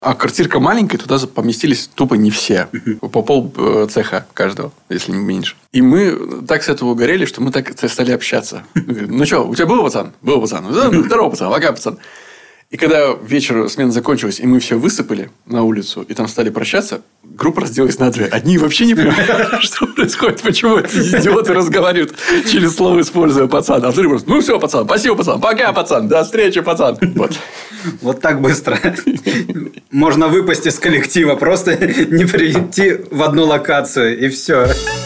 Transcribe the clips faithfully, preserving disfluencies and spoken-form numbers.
А квартирка маленькая, туда поместились тупо не все. По пол цеха каждого, если не меньше. И мы так с этого угорели, что мы так стали общаться. Ну что, у тебя был пацан? Был пацан. Здорово, пацан. Пока, пацан. И когда вечер смена закончилась, и мы все высыпали на улицу, и там стали прощаться, группа разделилась на две. Одни вообще не понимают, что происходит, почему эти идиоты разговаривают через слово, используя пацан. А вторые просто, ну все, пацан, спасибо, пацан, пока, пацан, до встречи, пацан. Вот. Вот так быстро. Можно выпасть из коллектива, просто не прийти в одну локацию, и все.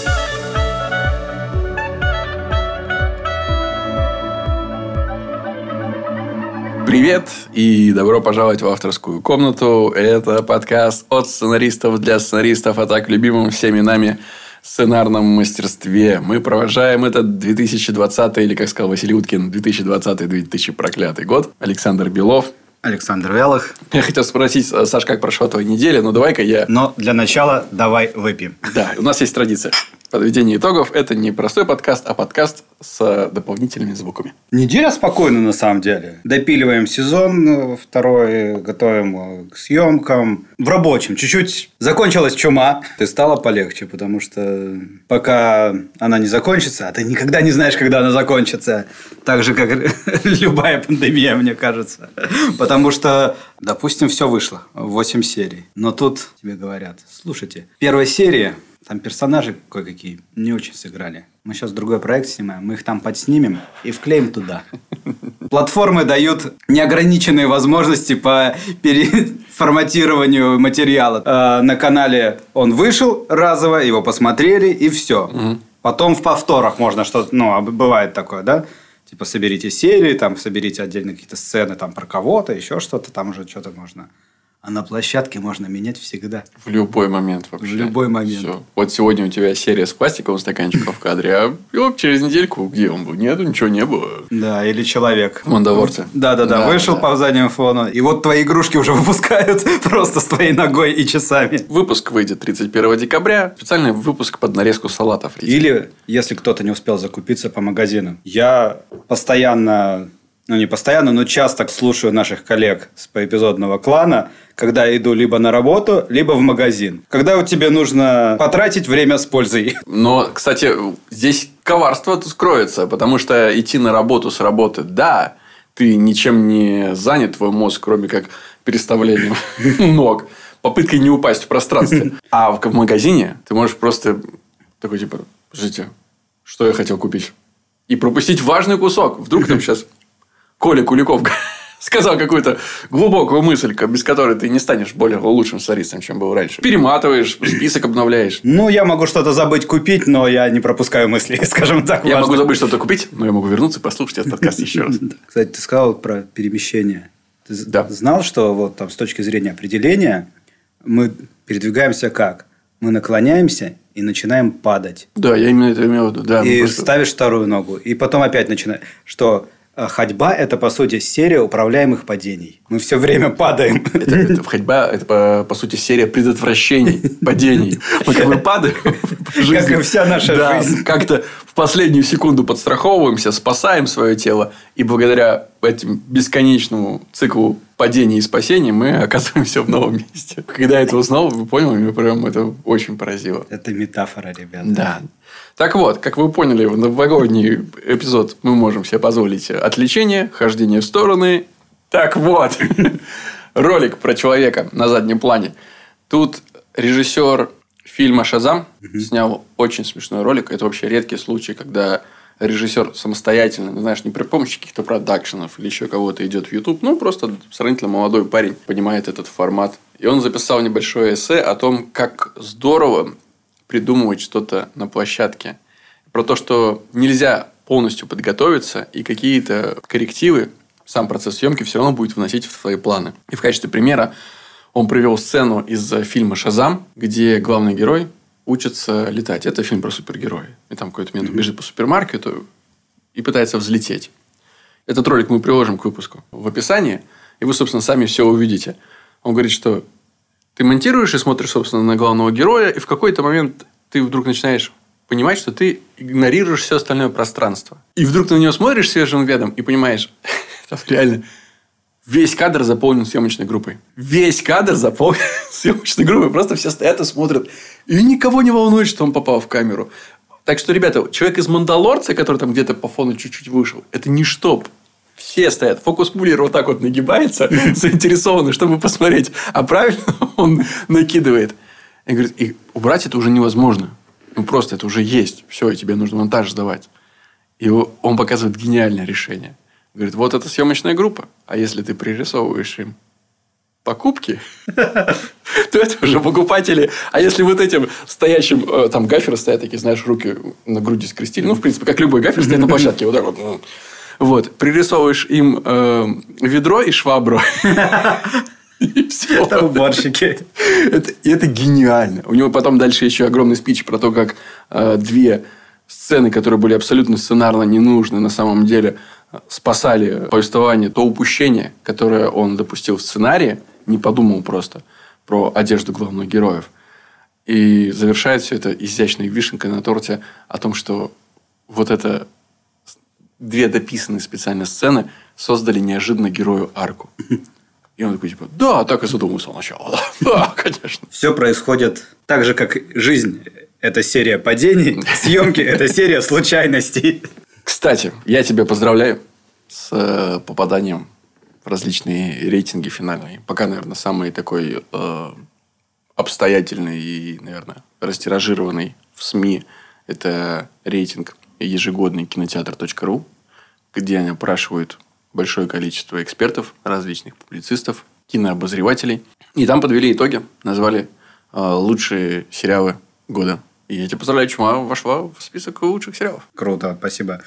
Привет и добро пожаловать в авторскую комнату. Это подкаст от сценаристов для сценаристов о так любимом всеми нами сценарном мастерстве. Мы провожаем этот две тысячи двадцатый, или, как сказал Василий Уткин, две тысячи двадцатый две тысячи проклятый год. Александр Белов. Александр Вялых. Я хотел спросить, Саш, как прошла твоя неделя, но давай-ка я... Но для начала давай выпьем. Да, у нас есть традиция. Подведение итогов – это не простой подкаст, а подкаст с дополнительными звуками. Неделя спокойна, на самом деле. Допиливаем сезон второй, готовим к съемкам. В рабочем. Чуть-чуть закончилась чума. И стало полегче, потому что пока она не закончится, а ты никогда не знаешь, когда она закончится. Так же, как любая пандемия, мне кажется. Потому что, допустим, все вышло. восемь серий. Но тут тебе говорят, слушайте, первая серия... Там персонажи кое-какие не очень сыграли. Мы сейчас другой проект снимаем, мы их там подснимем и вклеим туда. Платформы дают неограниченные возможности по переформатированию материала. Э, на канале он вышел разово, его посмотрели и все. Угу. Потом в повторах можно что-то... Ну, бывает такое, да? Типа соберите серии, там соберите отдельно какие-то сцены там про кого-то, еще что-то, там уже что-то можно... А на площадке можно менять всегда. В любой момент вообще. В любой момент. Все. Вот сегодня у тебя серия с пластиковым стаканчиком в кадре, а оп, через недельку где он был? Нету, ничего не было. Да, или человек. В Мандалорце. Да-да-да, вышел да. по заднему фону. И вот твои игрушки уже выпускают просто с твоей ногой и часами. Выпуск выйдет тридцать первого декабря. Специальный выпуск под нарезку салатов. Или, если кто-то не успел закупиться по магазинам. Я постоянно... Ну, не постоянно, но часто слушаю наших коллег с поэпизодного клана, когда иду либо на работу, либо в магазин. Когда вот тебе нужно потратить время с пользой. Но, кстати, здесь коварство тут скроется, потому что идти на работу с работы, да, ты ничем не занят, твой мозг, кроме как переставлением ног, попыткой не упасть в пространстве. А в магазине ты можешь просто такой, типа, подождите, что я хотел купить? И пропустить важный кусок. Вдруг там сейчас... Коля Куликов сказал какую-то глубокую мысль, без которой ты не станешь более лучшим сценаристом, чем был раньше. Перематываешь, список обновляешь. Ну, я могу что-то забыть купить, но я не пропускаю мысли, скажем так. Я могу забыть что-то купить, но я могу вернуться и послушать этот подкаст еще раз. Кстати, ты сказал про перемещение. Ты да. знал, что вот там с точки зрения определения мы передвигаемся как? Мы наклоняемся и начинаем падать. Да, я именно это имел в виду. Да, и просто... ставишь вторую ногу. И потом опять начинаешь. Что... Ходьба – это, по сути, серия управляемых падений. Мы все время падаем. Это, это, ходьба – это, по, по сути, серия предотвращений падений. Мы как бы падаем в жизни. Как и вся наша да, жизнь. Как-то в последнюю секунду подстраховываемся, спасаем свое тело. И благодаря этим бесконечному циклу падений и спасений мы оказываемся в новом месте. Когда я это узнал, вы поняли, меня прям это очень поразило. Это метафора, ребята. Да. Так вот, как вы поняли, в новогодний эпизод мы можем себе позволить отвлечение, хождение в стороны. Так вот, ролик про человека на заднем плане. Тут режиссер фильма «Шазам» угу. снял очень смешной ролик. Это вообще редкий случай, когда режиссер самостоятельно, знаешь, не при помощи каких-то продакшенов или еще кого-то идет в YouTube, ну, просто сравнительно молодой парень понимает этот формат. И он записал небольшое эссе о том, как здорово придумывать что-то на площадке. Про то, что нельзя полностью подготовиться, и какие-то коррективы, сам процесс съемки все равно будет вносить в свои планы. И в качестве примера он привел сцену из фильма «Шазам», где главный герой учится летать. Это фильм про супергероя. И там какой-то момент он бежит по супермаркету и пытается взлететь. Этот ролик мы приложим к выпуску в описании, и вы, собственно, сами все увидите. Он говорит, что ты монтируешь и смотришь, собственно, на главного героя, и в какой-то момент ты вдруг начинаешь понимать, что ты игнорируешь все остальное пространство. И вдруг на него смотришь свежим взглядом и понимаешь, что реально Весь кадр заполнен съемочной группой. Весь кадр заполнен съемочной группой. Просто все стоят и смотрят. И никого не волнует, что он попал в камеру. Так что, ребята, человек из «Мандалорца», который там где-то по фону чуть-чуть вышел, это ничто. Все стоят. Фокус-пулер вот так вот нагибается, заинтересованы, чтобы посмотреть. А правильно он накидывает. И говорит, и убрать это уже невозможно. Ну, просто это уже есть. Все, и тебе нужно монтаж сдавать. И он показывает гениальное решение. Говорит, вот это съемочная группа. А если ты пририсовываешь им покупки, то это уже покупатели. А если вот этим стоящим, там гаферы стоят такие, знаешь, руки на груди скрестили. Ну, в принципе, как любой гафер стоит на площадке. Вот так вот. Вот. Пририсовываешь им э, ведро и швабру. И все. Это уборщики. Это, это гениально. У него потом дальше еще огромный спич про то, как э, две сцены, которые были абсолютно сценарно не нужны, на самом деле спасали повествование, то упущение, которое он допустил в сценарии, не подумал просто про одежду главных героев. И завершает все это изящной вишенкой на торте о том, что вот это две дописанные специально сцены создали неожиданно герою арку. И он такой, типа, да, так и задумался сначала. Да, да, конечно. Все происходит так же, как жизнь. Это серия падений, съемки – это серия случайностей. Кстати, я тебя поздравляю с попаданием в различные рейтинги финальные. Пока, наверное, самый такой э, обстоятельный и, наверное, растиражированный в СМИ – это рейтинг ежегодный кинотеатр точка ру, где они опрашивают большое количество экспертов, различных публицистов, кинообозревателей. И там подвели итоги, назвали э, лучшие сериалы года. И я тебя поздравляю, «Чума» вошла в список лучших сериалов. Круто, спасибо.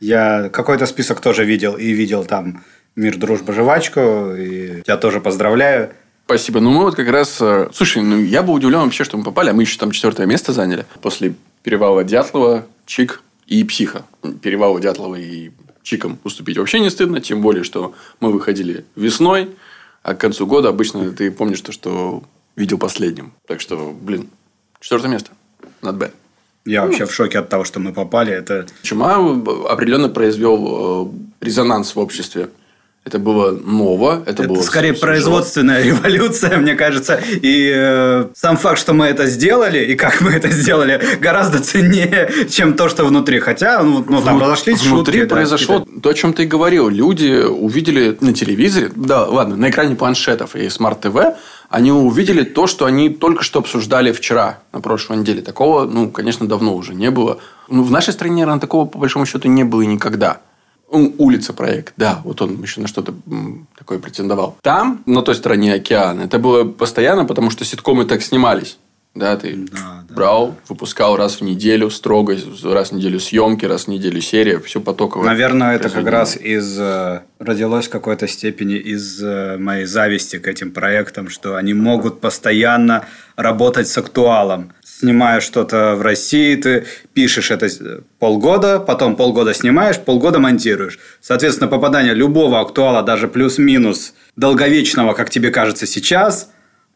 Я какой-то список тоже видел. И видел там «Мир, дружба, жвачку». И тебя тоже поздравляю. Спасибо. Ну, мы вот как раз... Слушай, ну, я был удивлен вообще, что мы попали. А мы еще там четвертое место заняли. После «Перевала Дятлова», «Чик» и «Психа». «Перевала Дятлова» и «Чиком» уступить вообще не стыдно. Тем более, что мы выходили весной. А к концу года обычно ты помнишь то, что видел последним. Так что, блин, четвертое место. Not bad. Я вообще в шоке от того, что мы попали. Это... «Чума» определенно произвел резонанс в обществе. Это было ново. Это, это было скорее свежо. Производственная революция, мне кажется. И э, сам факт, что мы это сделали, и как мы это сделали, гораздо ценнее, чем то, что внутри. Хотя, ну, ну там разошлись шутки. Внутри произошло да, то, о чем ты и говорил. Люди увидели на телевизоре, да, ладно, на экране планшетов и смарт-ТВ, они увидели то, что они только что обсуждали вчера, на прошлой неделе. Такого, ну, конечно, давно уже не было. Ну, в нашей стране, наверное, такого, по большому счету, не было и никогда. «Улица» проект, да, вот он еще на что-то такое претендовал. Там, на той стороне океана, это было постоянно, потому что ситкомы так снимались. Да, ты да, да, брал, да. выпускал раз в неделю строго, раз в неделю съемки, раз в неделю серия, все потоково. Наверное, это как раз из родилось в какой-то степени из моей зависти к этим проектам, что они могут постоянно работать с актуалом. Снимаешь что-то в России, ты пишешь это полгода, потом полгода снимаешь, полгода монтируешь. Соответственно, попадание любого актуала, даже плюс-минус долговечного, как тебе кажется сейчас,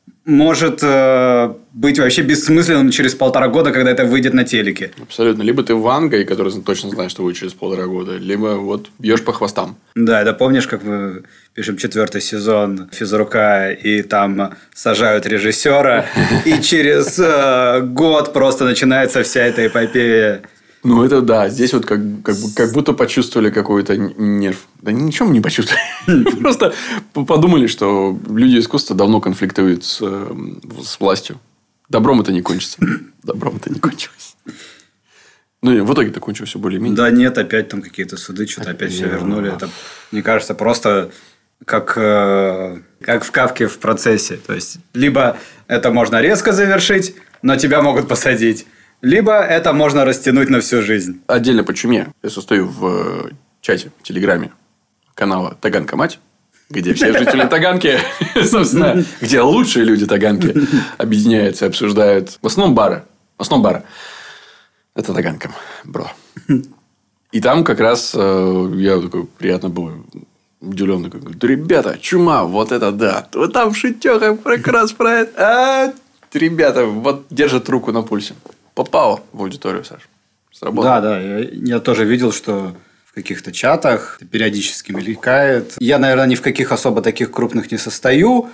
может э, быть вообще бессмысленным через полтора года, когда это выйдет на телеке. Абсолютно. Либо ты вангой, который точно знаешь, что будет через полтора года, либо вот бьешь по хвостам. Да, это помнишь, как мы пишем четвертый сезон «Физрука», и там сажают режиссера, и через э, год просто начинается вся эта эпопея. Ну, это да. Здесь вот как, как, как будто почувствовали какой-то нерв. Да ничего мы не почувствовали. Просто подумали, что люди искусства давно конфликтуют с, с властью. Добром это не кончится. Добром это не кончилось. Ну, в итоге-то кончилось все более-менее. Да нет, опять там какие-то суды, что-то опять все вернули. Это, мне кажется, просто как, как в Кафке в процессе. То есть, либо это можно резко завершить, но тебя могут посадить. Либо это можно растянуть на всю жизнь. Отдельно по чуме. Я состою в чате, в Телеграме канала «Таганка Мать», где все жители Таганки, собственно, где лучшие люди Таганки объединяются и обсуждают. В основном бары. В основном бары. Это Таганка, бро. И там как раз я такой приятно был удивлен. Такой, да, ребята, «Чума», вот это да. Вот там в шутёхах как раз про это. А, ребята, вот держат руку на пульсе. Попало в аудиторию, Саш. Сработало. Да, да. Я, я тоже видел, что в в каких-то чатах, периодически мелькает. Я, наверное, ни в каких особо таких крупных не состою,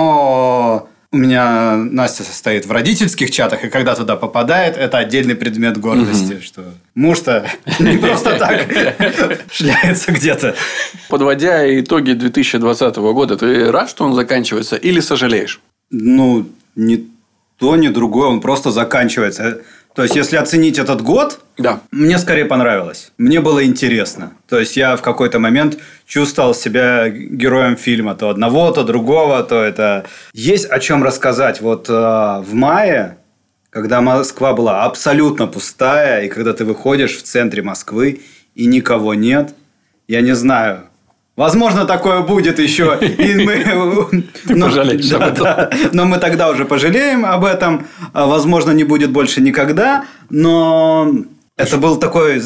но у меня Настя состоит в родительских чатах, и когда туда попадает, это отдельный предмет гордости, mm-hmm. что муж-то не просто так шляется где-то. Подводя итоги две тысячи двадцатого года, ты рад, что он заканчивается, или сожалеешь? Ну, ни то, ни другое, он просто заканчивается. То есть, если оценить этот год, да. мне скорее понравилось. Мне было интересно. То есть, я в какой-то момент чувствовал себя героем фильма. То одного, то другого, то это... Есть о чем рассказать. Вот э, в мае, когда Москва была абсолютно пустая, и когда ты выходишь в центре Москвы, и никого нет, я не знаю... Возможно, такое будет еще. И мы... Ты но, пожалеешь да, об этом. Да, но мы тогда уже пожалеем об этом. Возможно, не будет больше никогда. Но это был такой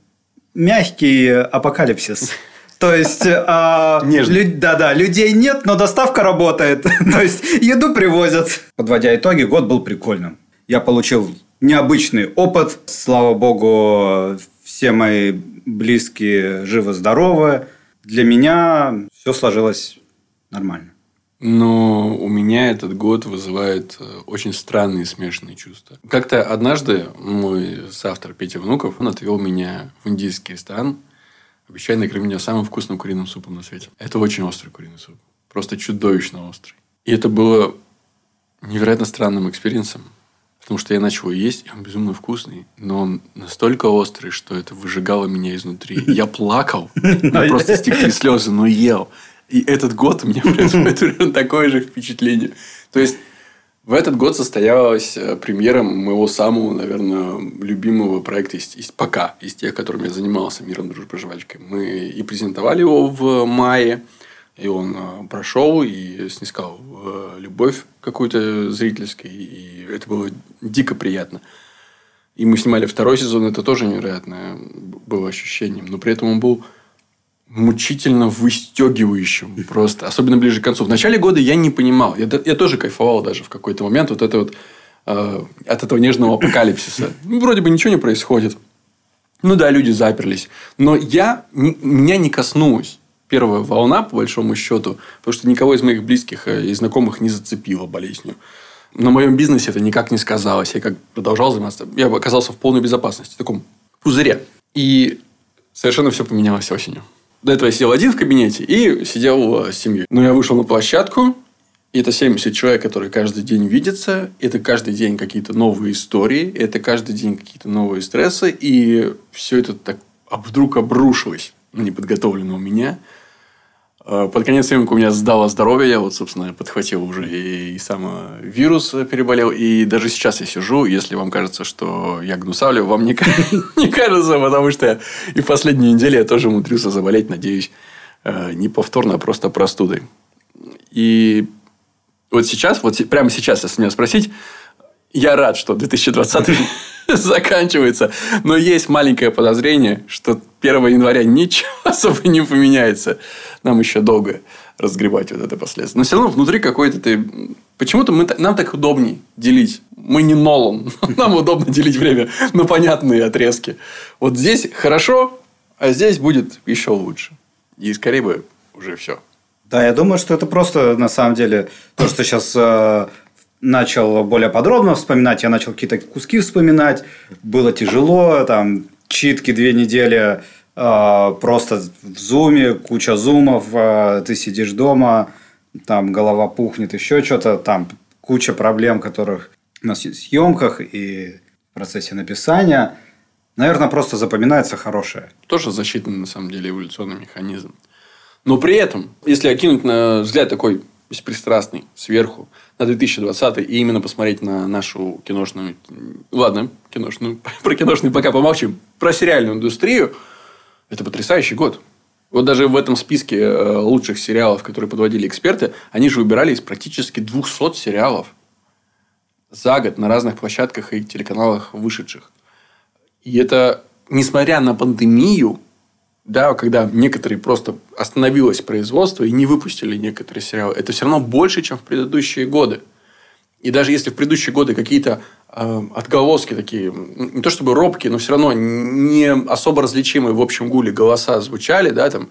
мягкий апокалипсис. То есть, а, лю- да, да, людей нет, но доставка работает. То есть, еду привозят. Подводя итоги, год был прикольным. Я получил необычный опыт. Слава богу, все мои близкие живы-здоровы. Для меня все сложилось нормально. Но у меня этот год вызывает очень странные смешанные чувства. Как-то однажды мой соавтор Петя Внуков, он отвел меня в индийский ресторан, обещая накормить меня самым вкусным куриным супом на свете. Это очень острый куриный суп. Просто чудовищно острый. И это было невероятно странным экспириенсом. Потому что я начал есть, и он безумно вкусный, но он настолько острый, что это выжигало меня изнутри. Я плакал, мне просто стекли слезы, но ел. И этот год у меня производит такое же впечатление. То есть, в этот год состоялась премьера моего самого, наверное, любимого проекта из, из, пока, из тех, которыми я занимался, «Миром, дружбой, жвачкой». Мы и презентовали его в мае. И он прошел и снискал любовь какую-то зрительскую. И это было дико приятно. И мы снимали второй сезон. Это тоже невероятное было ощущением. Но при этом он был мучительно выстегивающим. Просто. Особенно ближе к концу. В начале года я не понимал. Я, я тоже кайфовал даже в какой-то момент. Вот это вот, э, от этого нежного апокалипсиса. Ну, вроде бы ничего не происходит. Ну да, люди заперлись. Но я, не, меня не коснулось. Первая волна, по большому счету, потому что никого из моих близких и знакомых не зацепило болезнью. На моем бизнесе это никак не сказалось. Я как продолжал заниматься. Я оказался в полной безопасности, в таком пузыре. И совершенно все поменялось осенью. До этого я сидел один в кабинете и сидел с семьей. Но я вышел на площадку. И это семьдесят человек, которые каждый день видятся. Это каждый день какие-то новые истории. Это каждый день какие-то новые стрессы. И все это так вдруг обрушилось на неподготовленного меня. Под конец съемок у меня сдало здоровье. Я вот, собственно, подхватил уже и, и сам вирус переболел. И даже сейчас я сижу. Если вам кажется, что я гнусавлю, вам не, не кажется, потому что я и в последние недели я тоже умудрился заболеть, надеюсь, не повторно, а просто простудой. И вот сейчас, вот прямо сейчас, если меня спросить, я рад, что две тысячи двадцатый заканчивается. Но есть маленькое подозрение, что первого января ничего особо не поменяется. Нам еще долго разгребать вот это последствие. Но все равно внутри какой-то ты... Почему-то мы... нам так удобнее делить. Мы не Нолан. Нам удобно делить время на понятные отрезки. Вот здесь хорошо, а здесь будет еще лучше. И скорее бы уже все. Да, я думаю, что это просто на самом деле то, что сейчас... Э... начал более подробно вспоминать, я начал какие-то куски вспоминать, было тяжело, там читки две недели, э, просто в зуме, куча зумов, э, ты сидишь дома, там голова пухнет, еще что-то, там куча проблем, которых на съемках и в процессе написания. Наверное, просто запоминается хорошее. Тоже защитный, на самом деле, эволюционный механизм. Но при этом, если окинуть на взгляд такой беспристрастный, сверху, на две тысячи двадцатый, и именно посмотреть на нашу киношную... Ладно, киношную. Про киношную пока помолчим. Про сериальную индустрию. Это потрясающий год. Вот даже в этом списке лучших сериалов, которые подводили эксперты, они же выбирали из практически двухсот сериалов за год на разных площадках и телеканалах вышедших. И это, несмотря на пандемию, да, когда некоторые просто остановилось производство и не выпустили некоторые сериалы, это все равно больше, чем в предыдущие годы. И даже если в предыдущие годы какие-то э, отголоски такие, не то чтобы робкие, но все равно не особо различимые в общем гуле голоса звучали, да, там,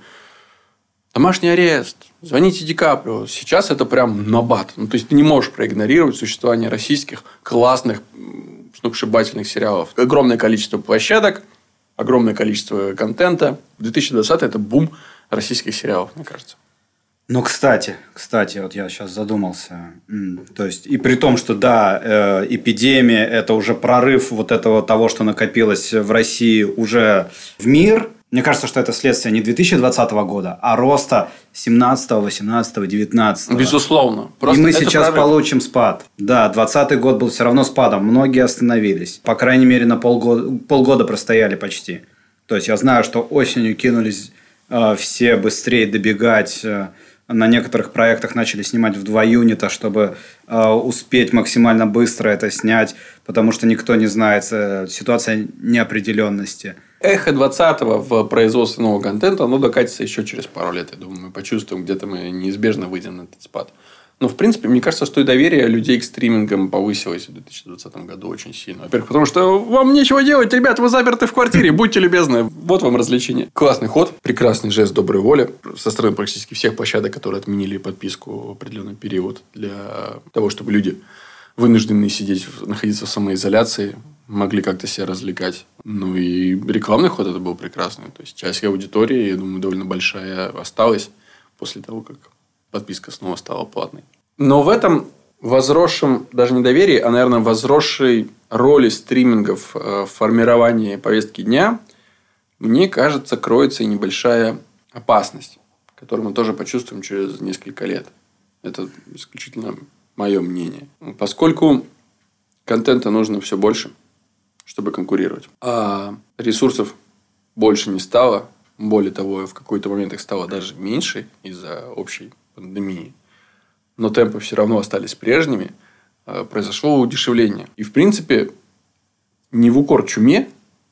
домашний арест, звоните Ди Каприо. Сейчас это прям набат. Ну, то есть, ты не можешь проигнорировать существование российских классных, сногсшибательных сериалов. Огромное количество площадок, огромное количество контента. две тысячи двадцатый – это бум российских сериалов, мне кажется. Ну, кстати, кстати, вот я сейчас задумался. То есть, и при том, что, да, э, эпидемия – это уже прорыв вот этого того, что накопилось в России уже в мир. Мне кажется, что это следствие не две тысячи двадцатого года, а роста семнадцатого, восемнадцатого, девятнадцатого. Безусловно. Просто и мы сейчас прорыв. Получим спад. Да, двадцатый год был все равно спадом. Многие остановились. По крайней мере, на полгода, полгода простояли почти. То есть, я знаю, что осенью кинулись э, все быстрее добегать. Э, на некоторых проектах начали снимать в два юнита, чтобы э, успеть максимально быстро это снять, потому что никто не знает. Э, ситуация неопределенности. Эхо двадцатого в производстве нового контента, оно докатится еще через пару лет. Я думаю, мы почувствуем, где-то мы неизбежно выйдем на этот спад. Но, в принципе, мне кажется, что и доверие людей к стримингам повысилось в две тысячи двадцатом году очень сильно. Во-первых, потому что вам нечего делать, ребят, вы заперты в квартире, будьте любезны. Вот вам развлечение. Классный ход, прекрасный жест доброй воли со стороны практически всех площадок, которые отменили подписку в определенный период для того, чтобы люди, вынужденные сидеть, находиться в самоизоляции, могли как-то себя развлекать. Ну, и рекламный ход это был прекрасный. То есть, часть аудитории, я думаю, довольно большая осталась после того, как подписка снова стала платной. Но в этом возросшем, даже не доверии, а, наверное, возросшей роли стримингов в формировании повестки дня, мне кажется, кроется и небольшая опасность, которую мы тоже почувствуем через несколько лет. Это исключительно мое мнение. Поскольку контента нужно все больше, чтобы конкурировать. А ресурсов больше не стало. Более того, в какой-то момент их стало даже меньше из-за общей пандемии. Но темпы все равно остались прежними. Произошло удешевление. И, в принципе, не в укор чуме,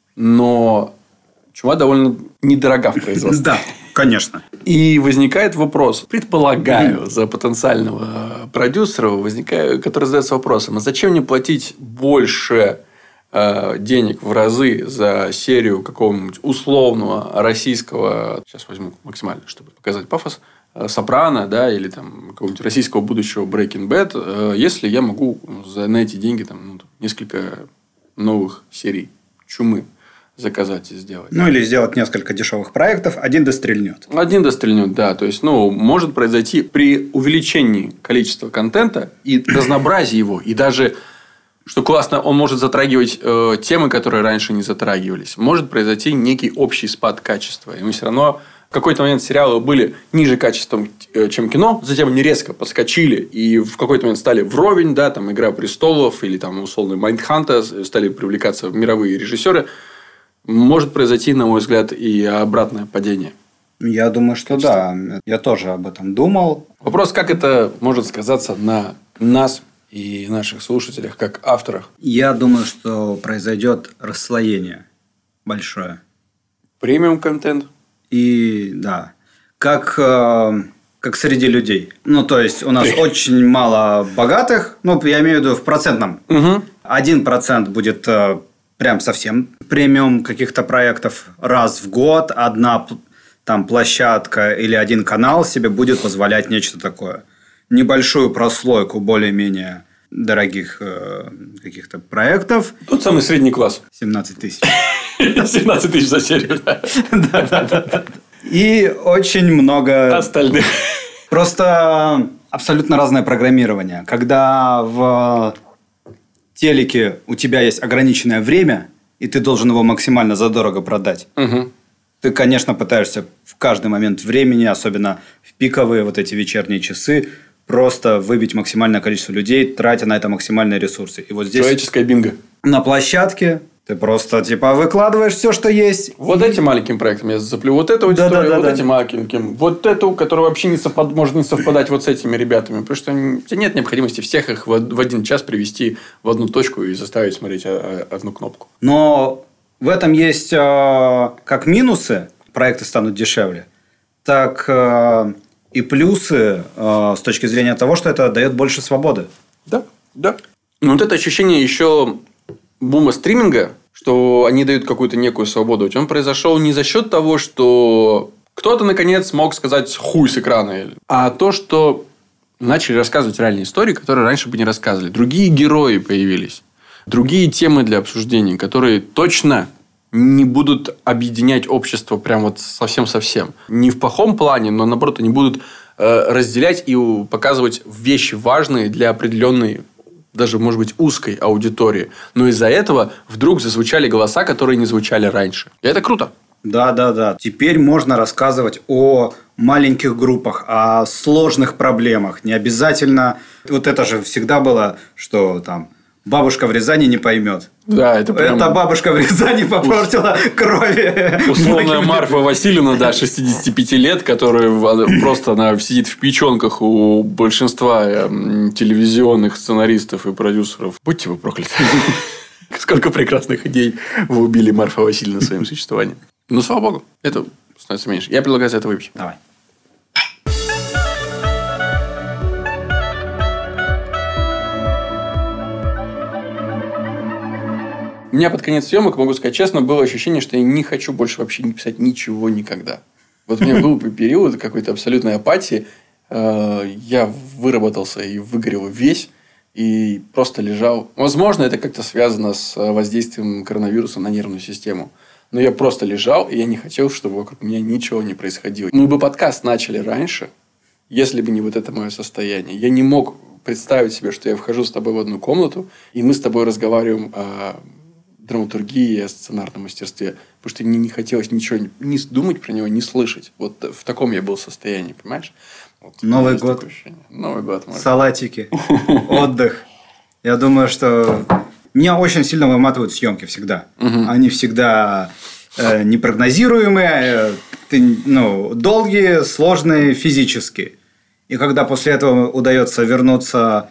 но чума довольно недорога в производстве. Да, конечно. И возникает вопрос, предполагаю, за потенциального продюсера, возникает, который задается вопросом, а зачем мне платить больше денег в разы за серию какого-нибудь условного российского, сейчас возьму максимально, чтобы показать пафос, Сопрано, да, или там какого-нибудь российского будущего Breaking Bad, если я могу за, на эти деньги там, ну, несколько новых серий Чумы заказать и сделать. Ну, или сделать несколько дешевых проектов, один дострельнет. Один дострельнет, да. То есть, ну, может произойти при увеличении количества контента и разнообразии его, и даже, что классно, он может затрагивать э, темы, которые раньше не затрагивались. Может произойти некий общий спад качества. И мы все равно в какой-то момент сериалы были ниже качеством, чем кино, затем они резко подскочили и в какой-то момент стали вровень, да, там «Игра престолов» или там условно «Майндханта», стали привлекаться мировые режиссеры. Может произойти, на мой взгляд, и обратное падение. Я думаю, что да. Я тоже об этом думал. Вопрос, как это может сказаться на нас и наших слушателях, как авторах? Я думаю, что произойдет расслоение большое. Премиум-контент. И да, как, э, как среди людей. Ну, то есть, у нас очень мало богатых, ну, я имею в виду в процентном. Один процент будет э, прям совсем премиум каких-то проектов раз в год. Одна там площадка или один канал себе будет позволять нечто такое. Небольшую прослойку более-менее дорогих э, каких-то проектов. Тот самый средний класс. семнадцать тысяч. семнадцать тысяч за серию, да. Да, да, да. И очень много остальных. Просто абсолютно разное программирование. Когда в телеке у тебя есть ограниченное время, и ты должен его максимально задорого продать, угу. Ты, конечно, пытаешься в каждый момент времени, особенно в пиковые вот эти вечерние часы, просто выбить максимальное количество людей, тратя на это максимальные ресурсы. И вот здесь человеческое бинго. На площадке ты просто типа выкладываешь все, что есть. Вот этим маленьким проектом я зацеплю вот эту аудиторию, да, да, да, вот да. этим маленьким, вот эту, которая вообще не совпад... может не совпадать вот с этими ребятами. Потому что нет необходимости всех их в один час привести в одну точку и заставить смотреть одну кнопку. Но в этом есть как минусы, проекты станут дешевле, так и плюсы с точки зрения того, что это дает больше свободы. Да. Да. Но вот это ощущение еще бума стриминга, что они дают какую-то некую свободу, он произошел не за счет того, что кто-то, наконец, смог сказать хуй с экрана, а то, что начали рассказывать реальные истории, которые раньше бы не рассказывали. Другие герои появились. Другие темы для обсуждений, которые точно не будут объединять общество прям вот совсем-совсем. Не в плохом плане, но, наоборот, они будут э, разделять и показывать вещи важные для определенной, даже, может быть, узкой аудитории. Но из-за этого вдруг зазвучали голоса, которые не звучали раньше. И это круто. Да, да, да. Теперь можно рассказывать о маленьких группах, о сложных проблемах. Не обязательно... Вот это же всегда было, что там бабушка в Рязани не поймет. Да, это прям... Эта бабушка в Рязани попортила крови. Условная Марфа Васильевна, да, шестидесяти пяти лет, которая просто она сидит в печенках у большинства телевизионных сценаристов и продюсеров. Будьте вы прокляты. Сколько прекрасных идей вы убили Марфа Васильевна своим существованием. Ну, слава богу, это становится меньше. Я предлагаю за это выпить. Давай. У меня под конец съемок, могу сказать честно, было ощущение, что я не хочу больше вообще не писать ничего никогда. Вот у меня был период какой-то абсолютной апатии. Я выработался и выгорел весь. И просто лежал. Возможно, это как-то связано с воздействием коронавируса на нервную систему. Но я просто лежал, и я не хотел, чтобы вокруг меня ничего не происходило. Мы бы подкаст начали раньше, если бы не вот это мое состояние. Я не мог представить себе, что я вхожу с тобой в одну комнату, и мы с тобой разговариваем о драматургии, о сценарном мастерстве. Потому что мне не хотелось ничего не думать про него, не слышать. Вот в таком я был состоянии, понимаешь? Вот, Новый год. Новый год. Может. Салатики. Отдых. Я думаю, что... Меня очень сильно выматывают съемки всегда. Угу. Они всегда э, непрогнозируемые, э, ну, долгие, сложные физически. И когда после этого удается вернуться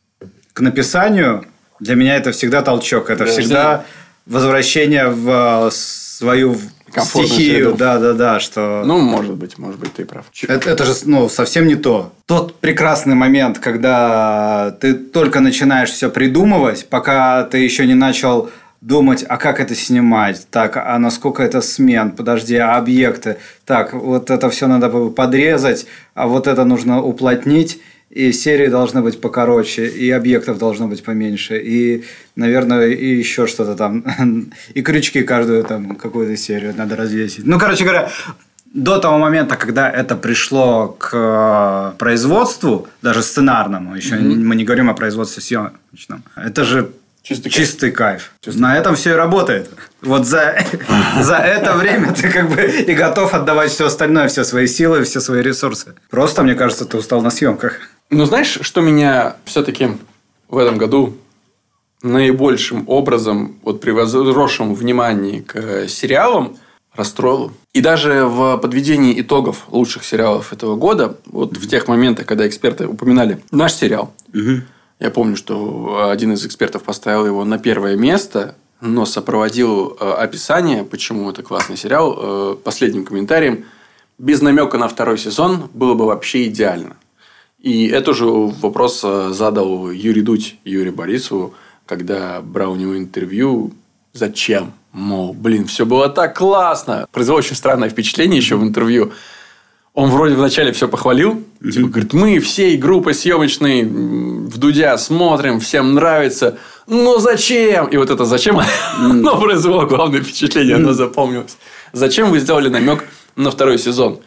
к написанию, для меня это всегда толчок. Это да, всегда возвращение в свою стихию. Среду. Да, да, да. Что... Ну, может быть, может быть, ты прав. Это, это же ну, совсем не то. Тот прекрасный момент, когда ты только начинаешь все придумывать, пока ты еще не начал думать, а как это снимать, так, а насколько это смен, подожди, а объекты, так, вот это все надо подрезать, а вот это нужно уплотнить. И серии должны быть покороче, и объектов должно быть поменьше, и, наверное, и еще что-то там. И крючки каждую там какую-то серию надо развесить. Ну, короче говоря, до того момента, когда это пришло к производству, даже сценарному, еще mm-hmm. мы не говорим о производстве съемочном, это же чистый, чистый кайф. кайф. Чистый На кайф. этом все и работает. Вот за, за это время ты как бы и готов отдавать все остальное, все свои силы, все свои ресурсы. Просто, мне кажется, ты устал на съемках. Ну, знаешь, что меня все-таки в этом году наибольшим образом, вот при возросшем внимании к сериалам, расстроило? И даже в подведении итогов лучших сериалов этого года, вот mm-hmm. в тех моментах, когда эксперты упоминали наш сериал, mm-hmm. я помню, что один из экспертов поставил его на первое место, но сопроводил описание, почему это классный сериал, последним комментарием: без намека на второй сезон было бы вообще идеально. И это же вопрос задал Юрий Дудь Юрию Борисову, когда брал у него интервью. Зачем? Мол, блин, все было так классно. Произвело очень странное впечатление еще в интервью. Он вроде вначале все похвалил. Mm-hmm. Типа, говорит, мы всей группой съемочной в Дудя смотрим, всем нравится. Но зачем? И вот это зачем, mm-hmm. оно произвело главное впечатление, mm-hmm. оно запомнилось. Зачем вы сделали намек на второй сезон?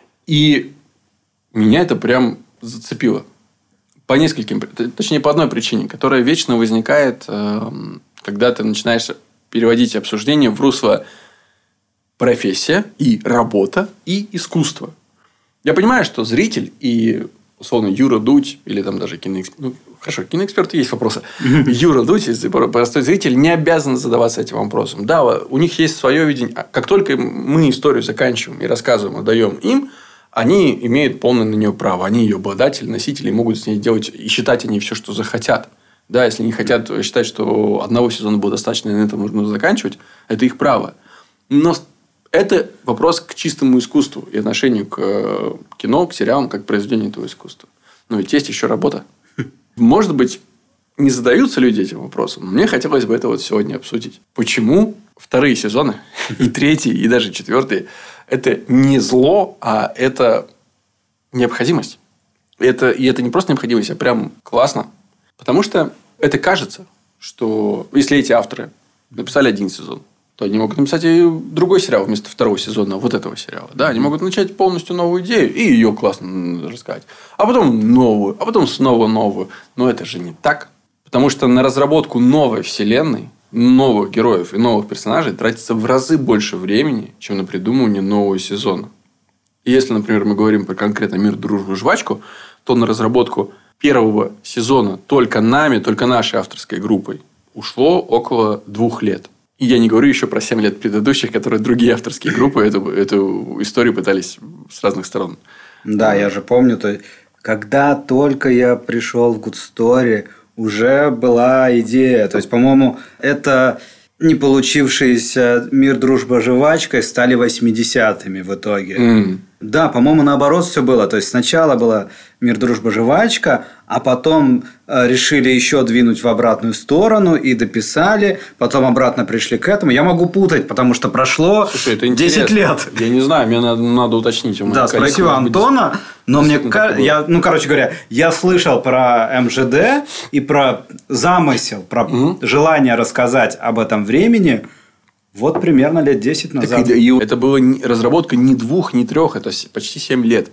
И меня это прям зацепило. По нескольким, точнее, по одной причине, которая вечно возникает, когда ты начинаешь переводить обсуждение в русло профессия и работа и искусство. Я понимаю, что зритель и, условно, Юра Дудь, или там даже киноэксперт, ну, хорошо, киноэксперты есть вопросы. Юра Дудь, если простой зритель, не обязан задаваться этим вопросом. Да, у них есть свое видение. Как только мы историю заканчиваем и рассказываем, отдаем им, они имеют полное на нее право. Они ее обладатели, носители, могут с ней делать и считать они все, что захотят. Да, если не хотят считать, что одного сезона было достаточно, и на этом нужно заканчивать, это их право. Но это вопрос к чистому искусству и отношению к кино, к сериалам, как к произведению этого искусства. Но ведь есть еще работа. Может быть, не задаются люди этим вопросом. Но мне хотелось бы это вот сегодня обсудить. Почему вторые сезоны, и третий, и даже четвертый, это не зло, а это необходимость. Это, и это не просто необходимость, а прям классно. Потому что это кажется, что если эти авторы написали один сезон, то они могут написать и другой сериал вместо второго сезона вот этого сериала. Да, они могут начать полностью новую идею и ее классно рассказать. А потом новую, а потом снова новую. Но это же не так. Потому что на разработку новой вселенной, новых героев и новых персонажей тратится в разы больше времени, чем на придумывание нового сезона. И если, например, мы говорим про конкретно «Мир, дружбу, жвачку», то на разработку первого сезона только нами, только нашей авторской группой ушло около двух лет. И я не говорю еще про семь лет предыдущих, которые другие авторские группы эту, эту историю пытались с разных сторон. Да, я же помню, то, когда только я пришел в Good Story, уже была идея. То есть, по-моему, это не получившийся «Мир, дружба, жвачка» стали восьмидесятыми в итоге. Mm. Да, по-моему, наоборот все было. То есть, сначала было «Мир, дружба, жвачка», а потом э, решили еще двинуть в обратную сторону и дописали. Потом обратно пришли к этому. Я могу путать, потому что прошло Слушай, это десять лет. Я не знаю, мне надо, надо уточнить. У да, спроси у Антона. Но мне я, ну, короче говоря, я слышал про эм жэ дэ и про замысел, про угу. желание рассказать об этом времени вот примерно лет десять назад. Так, и, и это была разработка не двух, не трех, это почти семь лет.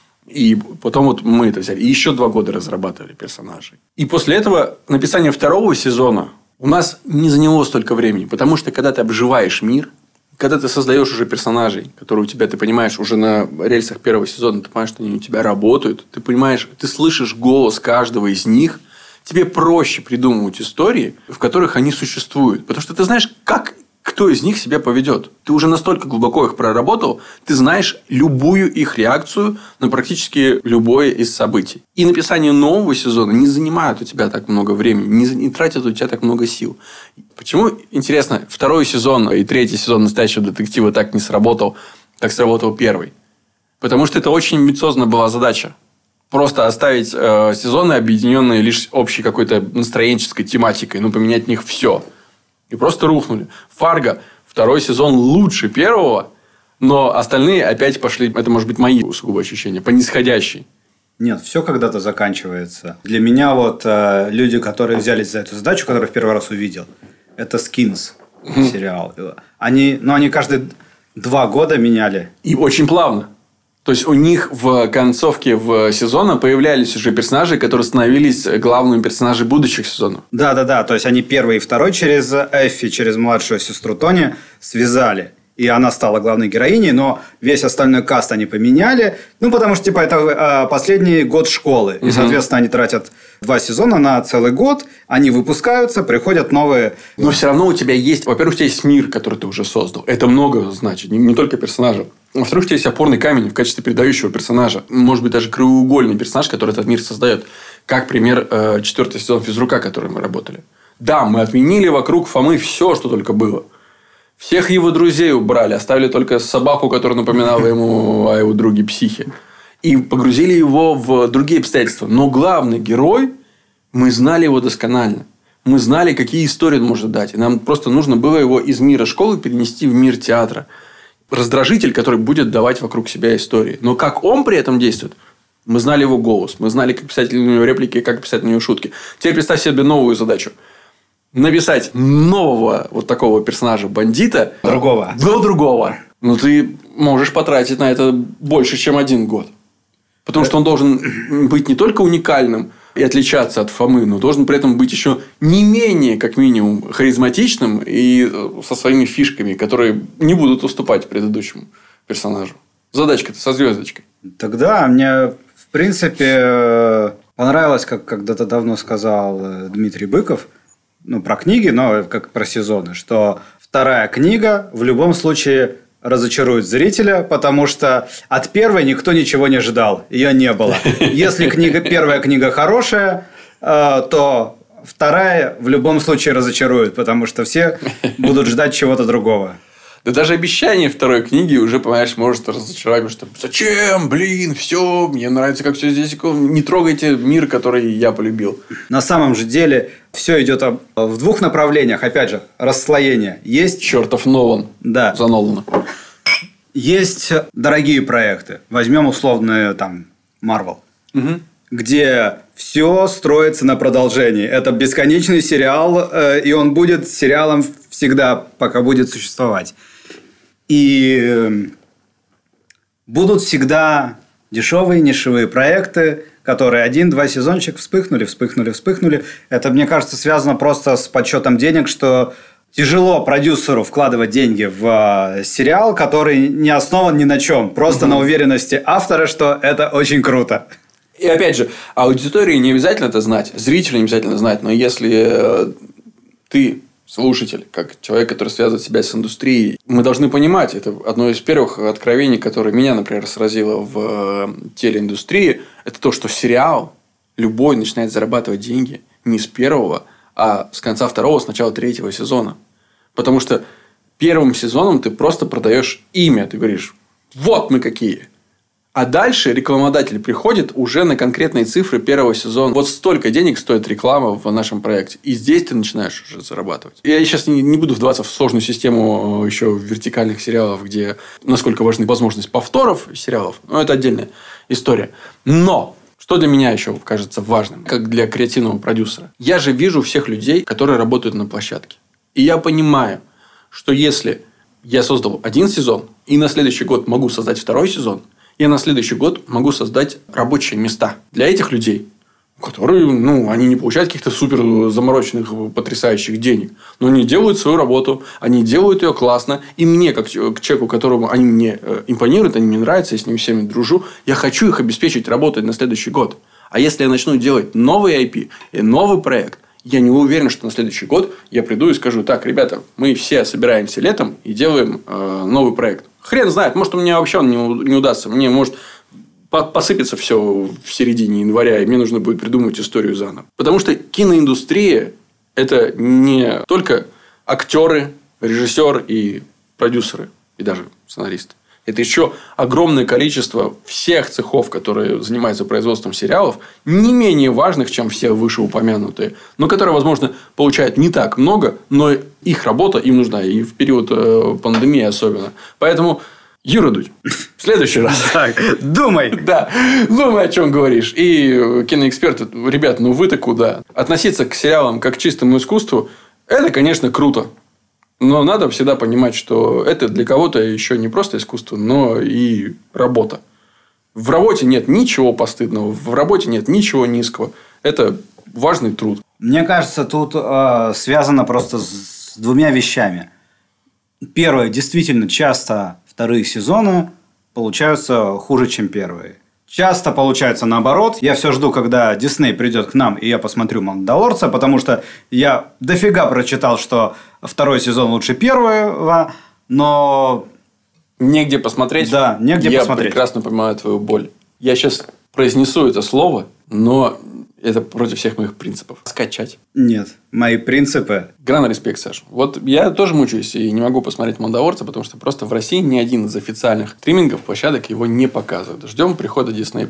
И потом вот мы это взяли. И еще два года разрабатывали персонажей. И после этого написание второго сезона у нас не заняло столько времени. Потому что, когда ты обживаешь мир, когда ты создаешь уже персонажей, которые у тебя, ты понимаешь, уже на рельсах первого сезона, ты понимаешь, что они у тебя работают, ты понимаешь, ты слышишь голос каждого из них, тебе проще придумывать истории, в которых они существуют. Потому что ты знаешь, как кто из них себя поведет. Ты уже настолько глубоко их проработал, ты знаешь любую их реакцию на практически любое из событий. И написание нового сезона не занимает у тебя так много времени, не, не тратит у тебя так много сил. Почему, интересно, второй сезон и третий сезон «Настоящего детектива» так не сработал, как сработал первый? Потому что это очень амбициозная была задача. Просто оставить э, сезоны, объединенные лишь общей какой-то настроенческой тематикой, ну, поменять в них все. И просто рухнули. «Фарго» второй сезон лучше первого, но остальные опять пошли, это может быть мои сугубо ощущения, по нисходящей. Нет, все когда-то заканчивается. Для меня вот э, люди, которые взялись за эту задачу, которую в первый раз увидел, это «Скинс» mm-hmm. сериал. Они, ну, они каждые два года меняли. И очень плавно. То есть, у них в концовке в сезона появлялись уже персонажи, которые становились главными персонажами будущих сезонов. Да-да-да. То есть, они первый и второй через Эффи, через младшую сестру Тони связали. И она стала главной героиней, но весь остальной каст они поменяли. Ну, потому что, типа, это э, последний год школы. И, соответственно, они тратят два сезона на целый год. Они выпускаются, приходят новые... Но все равно у тебя есть... Во-первых, у тебя есть мир, который ты уже создал. Это много значит. Не, не только персонажа. Во-вторых, у тебя есть опорный камень в качестве передающего персонажа. Может быть, даже краеугольный персонаж, который этот мир создает. Как пример э, четвертый сезон «Физрука», который мы работали. Да, мы отменили вокруг Фомы все, что только было. Всех его друзей убрали, оставили только собаку, которая напоминала ему о его друге психе. И погрузили его в другие обстоятельства. Но главный герой, мы знали его досконально. Мы знали, какие истории он может дать. И нам просто нужно было его из мира школы перенести в мир театра. Раздражитель, который будет давать вокруг себя истории. Но как он при этом действует? Мы знали его голос. Мы знали, как писать на него реплики, как писать на него шутки. Теперь представь себе новую задачу. Написать нового вот такого персонажа бандита. Другого. До другого. Но ты можешь потратить на это больше, чем один год. Потому что он должен быть не только уникальным и отличаться от Фомы, но должен при этом быть еще не менее, как минимум, харизматичным и со своими фишками, которые не будут уступать предыдущему персонажу. Задачка-то со звездочкой. Тогда мне, в принципе, понравилось, как когда-то давно сказал Дмитрий Быков, ну, про книги, но как про сезоны, что вторая книга в любом случае разочарует зрителя, потому что от первой никто ничего не ждал, ее не было. Если книга, первая книга хорошая, то вторая в любом случае разочарует, потому что все будут ждать чего-то другого. Да даже обещание второй книги уже, понимаешь, может разочаровать, что зачем, блин, все, мне нравится, как все здесь, не трогайте мир, который я полюбил. На самом же деле все идет в двух направлениях, опять же, расслоение. Есть чертов Нолан. Да. За Нолана. Есть дорогие проекты. Возьмем условные там Marvel, угу. где все строится на продолжении. Это бесконечный сериал, и он будет сериалом всегда, пока будет существовать. И будут всегда дешевые, нишевые проекты, которые один-два сезончик вспыхнули, вспыхнули, вспыхнули. Это, мне кажется, связано просто с подсчетом денег, что тяжело продюсеру вкладывать деньги в сериал, который не основан ни на чем. Просто угу. на уверенности автора, что это очень круто. И опять же, аудитории не обязательно это знать, зрителю не обязательно знать, но если ты... слушатель, как человек, который связывает себя с индустрией, мы должны понимать, это одно из первых откровений, которое меня, например, сразило в телеиндустрии, это то, что сериал любой начинает зарабатывать деньги не с первого, а с конца второго, с начала третьего сезона. Потому что первым сезоном ты просто продаешь имя, ты говоришь, вот мы какие. А дальше рекламодатель приходит уже на конкретные цифры первого сезона. Вот столько денег стоит реклама в нашем проекте. И здесь ты начинаешь уже зарабатывать. Я сейчас не, не буду вдаваться в сложную систему еще вертикальных сериалов, где насколько важны возможность повторов сериалов. Но это отдельная история. Но что для меня еще кажется важным, как для креативного продюсера. Я же вижу всех людей, которые работают на площадке. И я понимаю, что если я создал один сезон, и на следующий год могу создать второй сезон, я на следующий год могу создать рабочие места для этих людей, которые, ну, они не получают каких-то супер замороченных, потрясающих денег, но они делают свою работу, они делают ее классно, и мне, как к человеку, которому они мне импонируют, они мне нравятся, я с ними всеми дружу, я хочу их обеспечить работать на следующий год. А если я начну делать новый ай пи и новый проект, я не уверен, что на следующий год я приду и скажу, так, ребята, мы все собираемся летом и делаем э, новый проект. Хрен знает, может, у меня вообще он не, не удастся. Мне может посыпется все в середине января, и мне нужно будет придумать историю заново. Потому что киноиндустрия – это не только актеры, режиссер и продюсеры, и даже сценаристы. Это еще огромное количество всех цехов, которые занимаются производством сериалов, не менее важных, чем все вышеупомянутые, но которые, возможно, получают не так много, но их работа им нужна, и в период э, пандемии особенно. Поэтому, Юра Дудь, в следующий раз. Так, думай. Да, думай, о чем говоришь. И киноэксперты, ребят, ну вы-то куда? Относиться к сериалам как к чистому искусству, это, конечно, круто. Но надо всегда понимать, что это для кого-то еще не просто искусство, но и работа. В работе нет ничего постыдного, в работе нет ничего низкого. Это важный труд. Мне кажется, тут э, связано просто с двумя вещами. Первое, действительно, часто вторые сезоны получаются хуже, чем первые. Часто получается наоборот. Я все жду, когда Дисней придет к нам, и я посмотрю «Мандалорца», потому что я дофига прочитал, что второй сезон лучше первого, но... Негде посмотреть. Да, негде я посмотреть. Я прекрасно понимаю твою боль. Я сейчас произнесу это слово, но это против всех моих принципов. Скачать. Нет, мои принципы... Гран респект, Саш. Вот я тоже мучаюсь и не могу посмотреть «Мандалорца», потому что просто в России ни один из официальных стримингов, площадок его не показывает. Ждем прихода Disney+.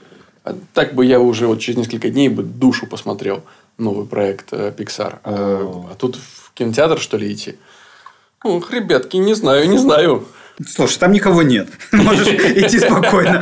А так бы я уже вот через несколько дней бы душу посмотрел новый проект Pixar. А, а тут в кинотеатр, что ли, идти? Ох, ребятки, не знаю, не знаю. Слушай, там никого нет. Можешь идти спокойно.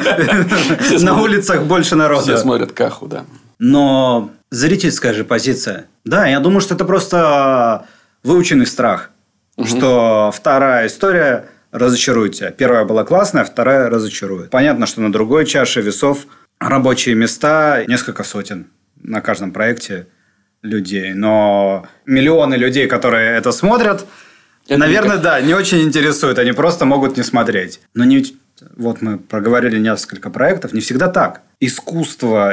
На улицах больше народа. Все смотрят Каху, да. Но зрительская же позиция. Да, я думаю, что это просто выученный страх. Угу. Что вторая история разочарует тебя. Первая была классная, вторая разочарует. Понятно, что на другой чаше весов рабочие места, несколько сотен на каждом проекте людей. Но миллионы людей, которые это смотрят, это наверное, да, не очень интересует. Они просто могут не смотреть. Но не... Вот мы проговорили несколько проектов. Не всегда так. Искусство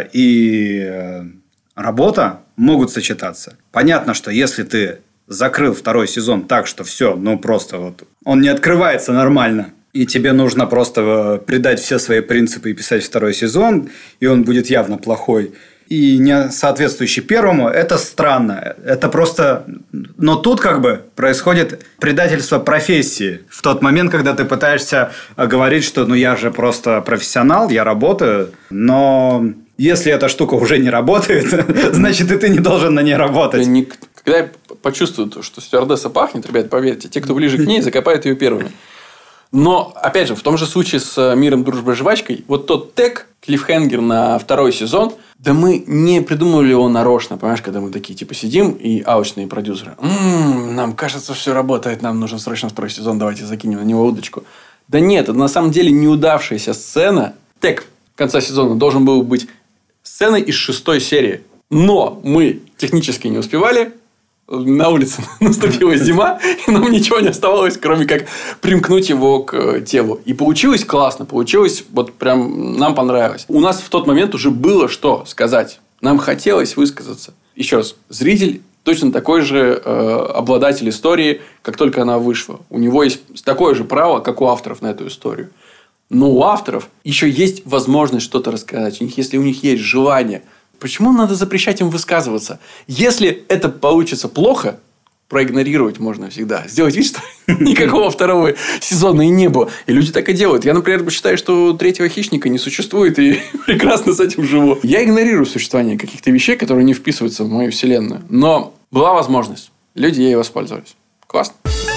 и работа могут сочетаться. Понятно, что если ты закрыл второй сезон так, что все, ну просто вот он не открывается нормально, и тебе нужно просто придать все свои принципы и писать второй сезон, и он будет явно плохой, и не соответствующий первому, это странно. Это просто... Но тут как бы происходит предательство профессии. В тот момент, когда ты пытаешься говорить, что ну я же просто профессионал, я работаю, но если эта штука уже не работает, значит и ты не должен на ней работать. Когда я почувствую, что стюардесса пахнет, ребят, поверьте, те, кто ближе к ней, закопают ее первыми. Но, опять же, в том же случае с «Миром, дружбой, жвачкой», вот тот тег, клиффхенгер на второй сезон, да мы не придумывали его нарочно, понимаешь, когда мы такие, типа, сидим, и алчные продюсеры. М-м, нам кажется, все работает, нам нужен срочно второй сезон, давайте закинем на него удочку. Да нет, это на самом деле неудавшаяся сцена. Тег конца сезона должен был быть сценой из шестой серии. Но мы технически не успевали. На улице наступила зима, и нам ничего не оставалось, кроме как примкнуть его к телу. И получилось классно, получилось, вот прям нам понравилось. У нас в тот момент уже было что сказать. Нам хотелось высказаться. Еще раз, зритель точно такой же э, обладатель истории, как только она вышла. У него есть такое же право, как у авторов на эту историю. Но у авторов еще есть возможность что-то рассказать. У них, если у них есть желание. Почему надо запрещать им высказываться? Если это получится плохо, проигнорировать можно всегда. Сделать вид, что никакого второго сезона и не было. И люди так и делают. Я, например, считаю, что третьего хищника не существует. И прекрасно с этим живу. Я игнорирую существование каких-то вещей, которые не вписываются в мою вселенную. Но была возможность. Люди ей воспользовались. Классно.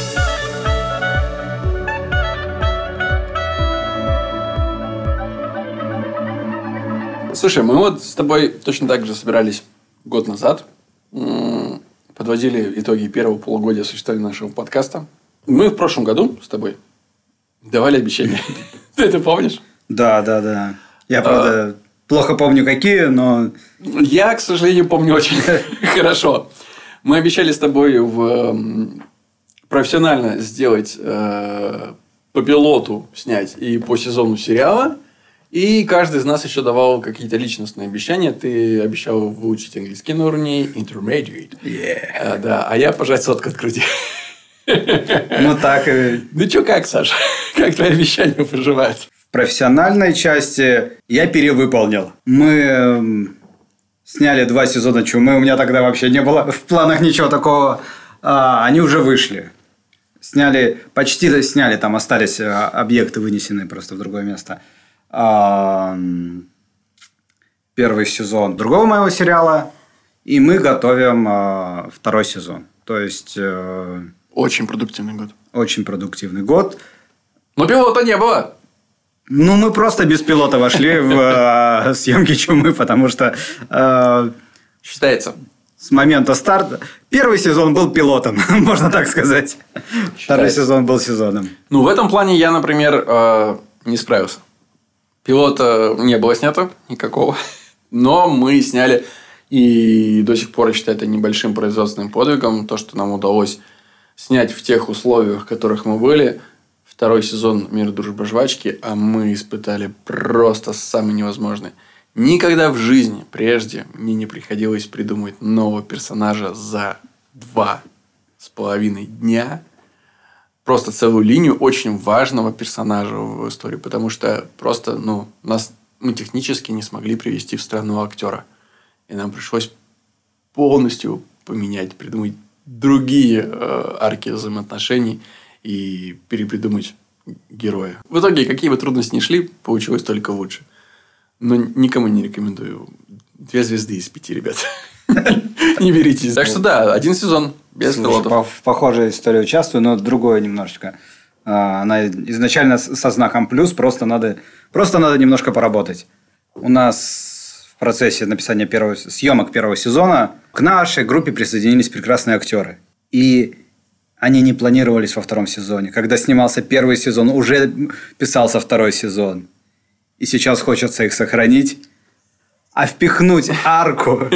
Слушай, мы вот с тобой точно так же собирались год назад. Подводили итоги первого полугодия существования нашего подкаста. Мы в прошлом году с тобой давали обещания. Ты это помнишь? Да, да, да. Я, правда, плохо помню, какие, но... Я, к сожалению, помню очень хорошо. Мы обещали с тобой в... профессионально сделать по пилоту снять и по сезону сериала. И каждый из нас еще давал какие-то личностные обещания. Ты обещал выучить английский на уровне intermediate. Yeah. А, да, а я пожать сотку от груди. Ну, так и... Ну, что, как, Саша? Как твои обещания поживают? В профессиональной части я перевыполнил. Мы сняли два сезона «Чумы». У меня тогда вообще не было в планах ничего такого. А, они уже вышли. Сняли, почти сняли. Там остались объекты, вынесенные просто в другое место. Первый сезон другого моего сериала, и мы готовим э, второй сезон. То есть э, очень продуктивный год. Очень продуктивный год. Но пилота не было. Ну, мы просто без пилота вошли в э, съемки «Чумы», потому что э, считается. С момента старта первый сезон был пилотом, можно так сказать. Считается. Второй сезон был сезоном. Ну, в этом плане я, например, э, не справился. Пилота не было снято никакого. Но мы сняли. И до сих пор я считаю это небольшим производственным подвигом. То, что нам удалось снять в тех условиях, в которых мы были. Второй сезон «Мир, дружба, жвачки». А мы испытали просто самый невозможный. Никогда в жизни прежде мне не приходилось придумать нового персонажа за два с половиной дня. Просто целую линию очень важного персонажа в истории. Потому что просто ну, нас, мы технически не смогли привести в странного актера. И нам пришлось полностью поменять, придумать другие э, арки взаимоотношений и перепридумать героя. В итоге, какие бы трудности ни шли, получилось только лучше. Но никому не рекомендую. Две звезды из пяти, ребят. Не беритесь. Так что да, один сезон без пилотов. В похожей истории участвую, но другое немножечко. Она изначально со знаком плюс, просто надо, просто надо немножко поработать. У нас в процессе написания первого, съемок первого сезона к нашей группе присоединились прекрасные актеры. И они не планировались во втором сезоне. Когда снимался первый сезон, уже писался второй сезон. И сейчас хочется их сохранить. А впихнуть арку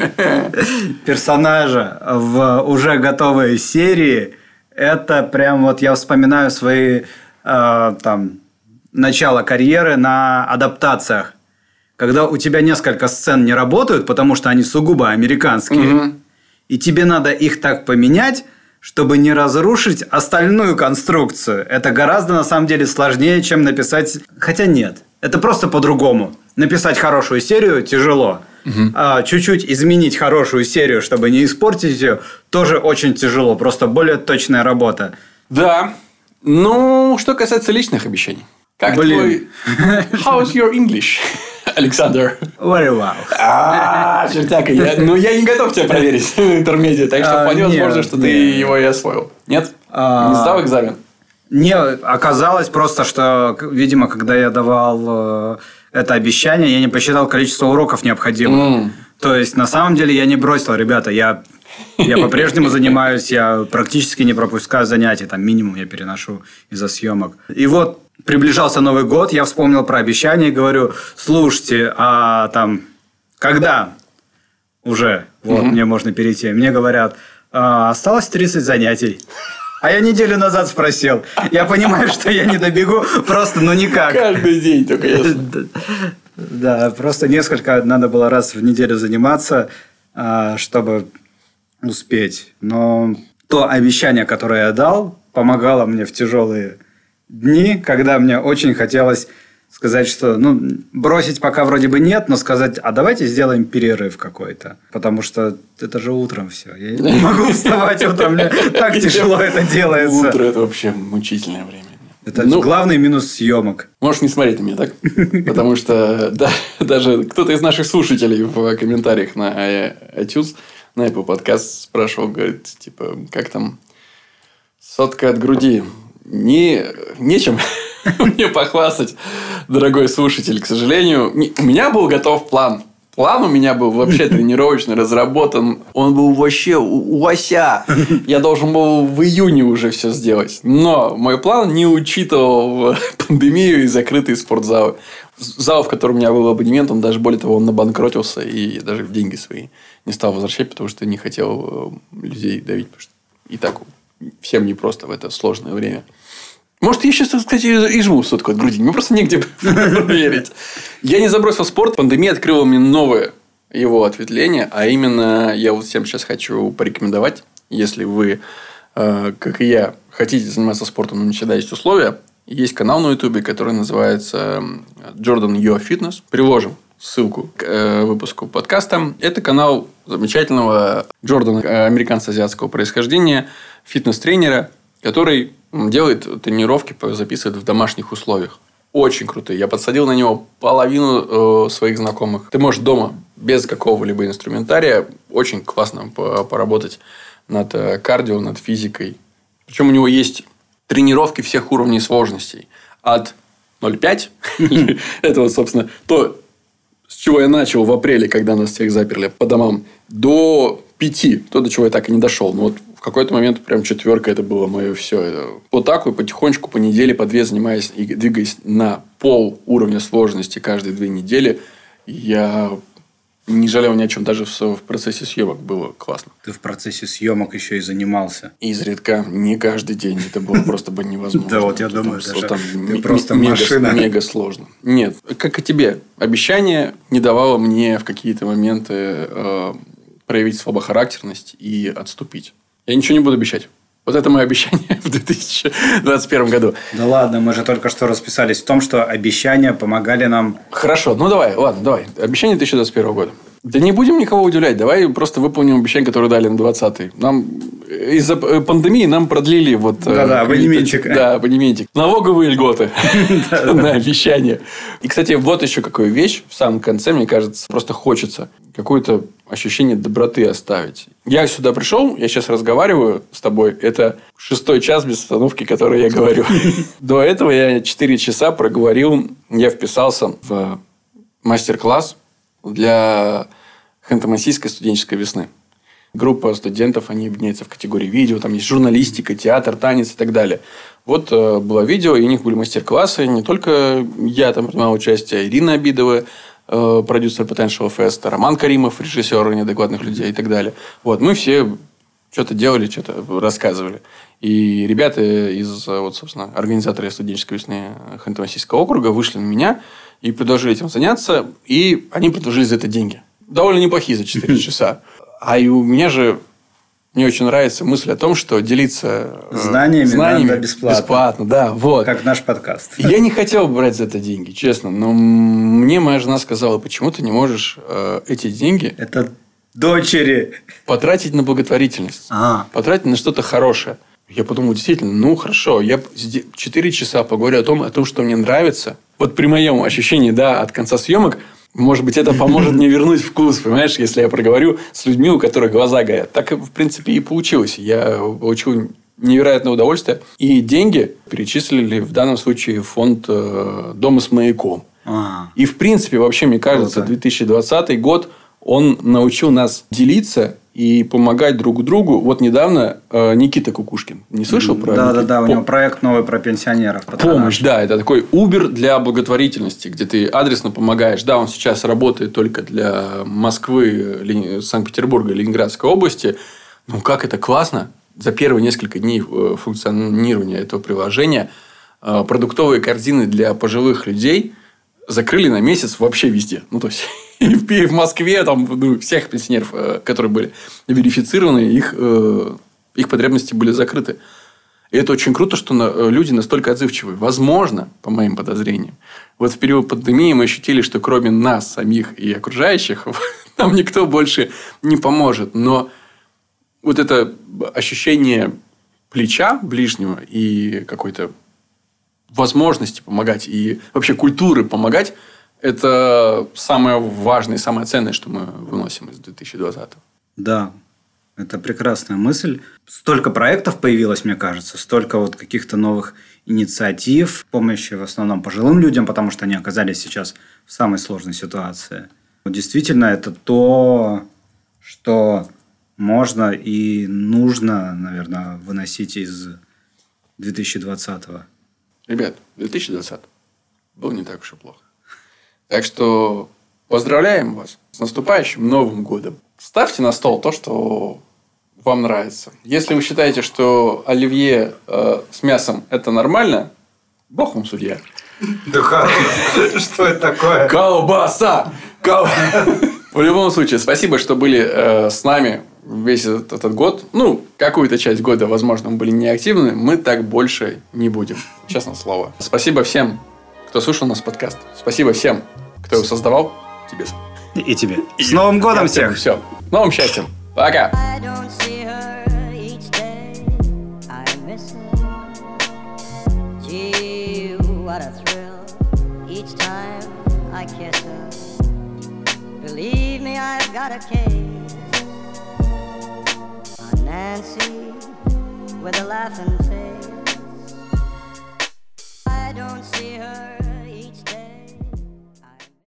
персонажа в уже готовые серии, это прям вот я вспоминаю свои э, там, начало карьеры на адаптациях. Когда у тебя несколько сцен не работают, потому что они сугубо американские, угу. И тебе надо их так поменять, чтобы не разрушить остальную конструкцию. Это гораздо на самом деле сложнее, чем написать... Хотя нет, это просто по-другому. Написать хорошую серию тяжело. Угу. А чуть-чуть изменить хорошую серию, чтобы не испортить ее, тоже очень тяжело. Просто более точная работа. Да. Ну, что касается личных обещаний. Как Блин. твой... How's your English, Александр? Very well. А, чертяка. Ну, я не готов тебя проверить на интермедиа, так что вполне возможно, что ты его и освоил. Нет? Не сдал экзамен? Не, оказалось просто, что, видимо, когда я давал это обещание, я не посчитал количество уроков необходимых. Mm. То есть, на самом деле, я не бросил, ребята, я, я по-прежнему занимаюсь, я практически не пропускаю занятия, там минимум я переношу из-за съемок. И вот приближался Новый год, я вспомнил про обещание и говорю, слушайте, а там, когда уже вот, mm-hmm. мне можно перейти? Мне говорят, а, осталось тридцать занятий. А я неделю назад спросил. Я понимаю, что я не добегу, просто ну никак. Каждый день только ясно. Да, просто несколько надо было раз в неделю заниматься, чтобы успеть. Но то обещание, которое я дал, помогало мне в тяжелые дни, когда мне очень хотелось сказать, что ну, бросить пока вроде бы нет, но сказать, а давайте сделаем перерыв какой-то. Потому что это же утром все. Я не могу вставать утром, мне так тяжело это делается. Утро – это вообще мучительное время. Это ну, главный минус съемок. Можешь не смотреть на меня, так? Потому что да, даже кто-то из наших слушателей в комментариях на iTunes, на Apple Podcast спрашивал, говорит, типа, как там сотка от груди? Не, нечем мне похвастать, дорогой слушатель, к сожалению. У меня был готов план. План у меня был вообще тренировочный, разработан. Он был вообще у ося. Я должен был в июне уже все сделать. Но мой план не учитывал пандемию и закрытые спортзалы. Зал, в котором у меня был абонемент, он даже, более того, он набанкротился. И даже деньги свои не стал возвращать, потому что не хотел людей давить. Потому что и так всем непросто в это сложное время. Может, я сейчас, кстати, и жму сотку от груди. Мне просто негде проверить. Я не забросил спорт. Пандемия открыла мне новое его ответвление. А именно, я вот всем сейчас хочу порекомендовать. Если вы, как и я, хотите заниматься спортом, но не всегда есть условия. Есть канал на Ютубе, который называется Jordan Your Fitness. Приложим ссылку к выпуску подкаста. Это канал замечательного Джордана, американца азиатского происхождения, фитнес-тренера, который делает тренировки, записывает в домашних условиях. Очень крутые. Я подсадил на него половину э, своих знакомых. Ты можешь дома без какого-либо инструментария очень классно поработать над кардио, над физикой. Причем у него есть тренировки всех уровней сложностей. От ноль целых пять это вот, собственно, то, с чего я начал в апреле, когда нас всех заперли по домам, до пяти, то, до чего я так и не дошел. Но вот в какой-то момент прям четверка это было мое все. Это вот так вот потихонечку по неделе, по две занимаясь и двигаясь на пол уровня сложности каждые две недели, я не жалел ни о чем. Даже в, в процессе съемок было классно. Ты в процессе съемок еще и занимался? Изредка, не каждый день. Это было просто бы невозможно. Да, вот я думаю, ты просто машина. Мега сложно. Нет, как и тебе. Обещание не давало мне в какие-то моменты проявить слабохарактерность и отступить. Я ничего не буду обещать. Вот это мое обещание в две тысячи двадцать первом году. Да ладно, мы же только что расписались в том, что обещания помогали нам... Хорошо, ну давай, ладно, давай. Обещание две тысячи двадцать первого года. Да не будем никого удивлять. Давай просто выполним обещание, которое дали на двадцатый. Нам из-за пандемии нам продлили вот... Да-да, абонементик. Да, абонементик. Налоговые льготы на обещание. И, кстати, вот еще какая вещь. В самом конце, мне кажется, просто хочется какое-то ощущение доброты оставить. Я сюда пришел, я сейчас разговариваю с тобой. Это шестой час без остановки, который я говорю. До этого я четыре часа проговорил. Я вписался в мастер-класс для Ханты-Мансийской студенческой весны. Группа студентов, они объединяются в категории видео. Там есть журналистика, театр, танец и так далее. Вот э, было видео, и у них были мастер-классы. Не только я там принимал участие, Ирина Обидова, э, продюсер Potential Fest, Роман Каримов, режиссер «Неадекватных людей» и так далее. Вот, мы все что-то делали, что-то рассказывали. И ребята из, вот, собственно, организаторы студенческой весны Ханты-Мансийского округа вышли на меня и предложили этим заняться. И они предложили за это деньги. Довольно неплохие за четыре часа. А и у меня же Мне очень нравится мысль о том, что делиться знаниями, знаниями надо бесплатно. Бесплатно, да, вот. Как наш подкаст. Я не хотел брать за это деньги, честно. Но мне моя жена сказала, почему ты не можешь э, эти деньги... Это дочери. Потратить на благотворительность. А. Потратить на что-то хорошее. Я подумал, действительно, ну, хорошо. Я четыре часа поговорю о том, о том, что мне нравится. Вот при моем ощущении, да, от конца съемок, может быть, это поможет мне вернуть вкус, понимаешь, если я проговорю с людьми, у которых глаза горят. Так, в принципе, и получилось. Я получил невероятное удовольствие. И деньги перечислили в данном случае в фонд «Дома с маяком». А. И, в принципе, вообще, мне кажется, две тысячи двадцатый год, он научил нас делиться и помогать друг другу. Вот недавно э, Никита Кукушкин. Не слышал про Да, Никиту? да, да. У него проект новый про пенсионеров. Помощь, да. Это такой Uber для благотворительности, где ты адресно помогаешь. Да, он сейчас работает только для Москвы, Лени... Санкт-Петербурга, Ленинградской области. Ну, как это классно. За первые несколько дней функционирования этого приложения э, продуктовые корзины для пожилых людей закрыли на месяц вообще везде. Ну, то есть, и в Москве, там, ну, всех пенсионеров, которые были верифицированы, их, их потребности были закрыты. И это очень круто, что люди настолько отзывчивы. Возможно, по моим подозрениям, вот в период пандемии мы ощутили, что кроме нас самих и окружающих, нам никто больше не поможет. Но вот это ощущение плеча ближнего и какой-то возможности помогать и вообще культуры помогать, это самое важное, самое ценное, что мы выносим из две тысячи двадцатого. Да, это прекрасная мысль. Столько проектов появилось, мне кажется, столько вот каких-то новых инициатив, помощи в основном пожилым людям, потому что они оказались сейчас в самой сложной ситуации. Действительно, это то, что можно и нужно, наверное, выносить из две тысячи двадцатого. Ребят, две тысячи двадцатый был не так уж и плохо. Так что поздравляем вас с наступающим Новым годом. Ставьте на стол то, что вам нравится. Если вы считаете, что оливье э, с мясом – это нормально, бог вам судья. Да что это такое? Колбаса! В любом случае, спасибо, что были э, с нами весь этот, этот год. Ну, какую-то часть года, возможно, мы были неактивны. Мы так больше не будем. Честное слово. Спасибо всем, кто слушал наш подкаст. Спасибо всем, кто его создавал. Тебе. И тебе. И с Новым годом всех! Все. Новым счастьем. Пока. Believe me, I've got a case on Nancy with a laughing face. I don't see her.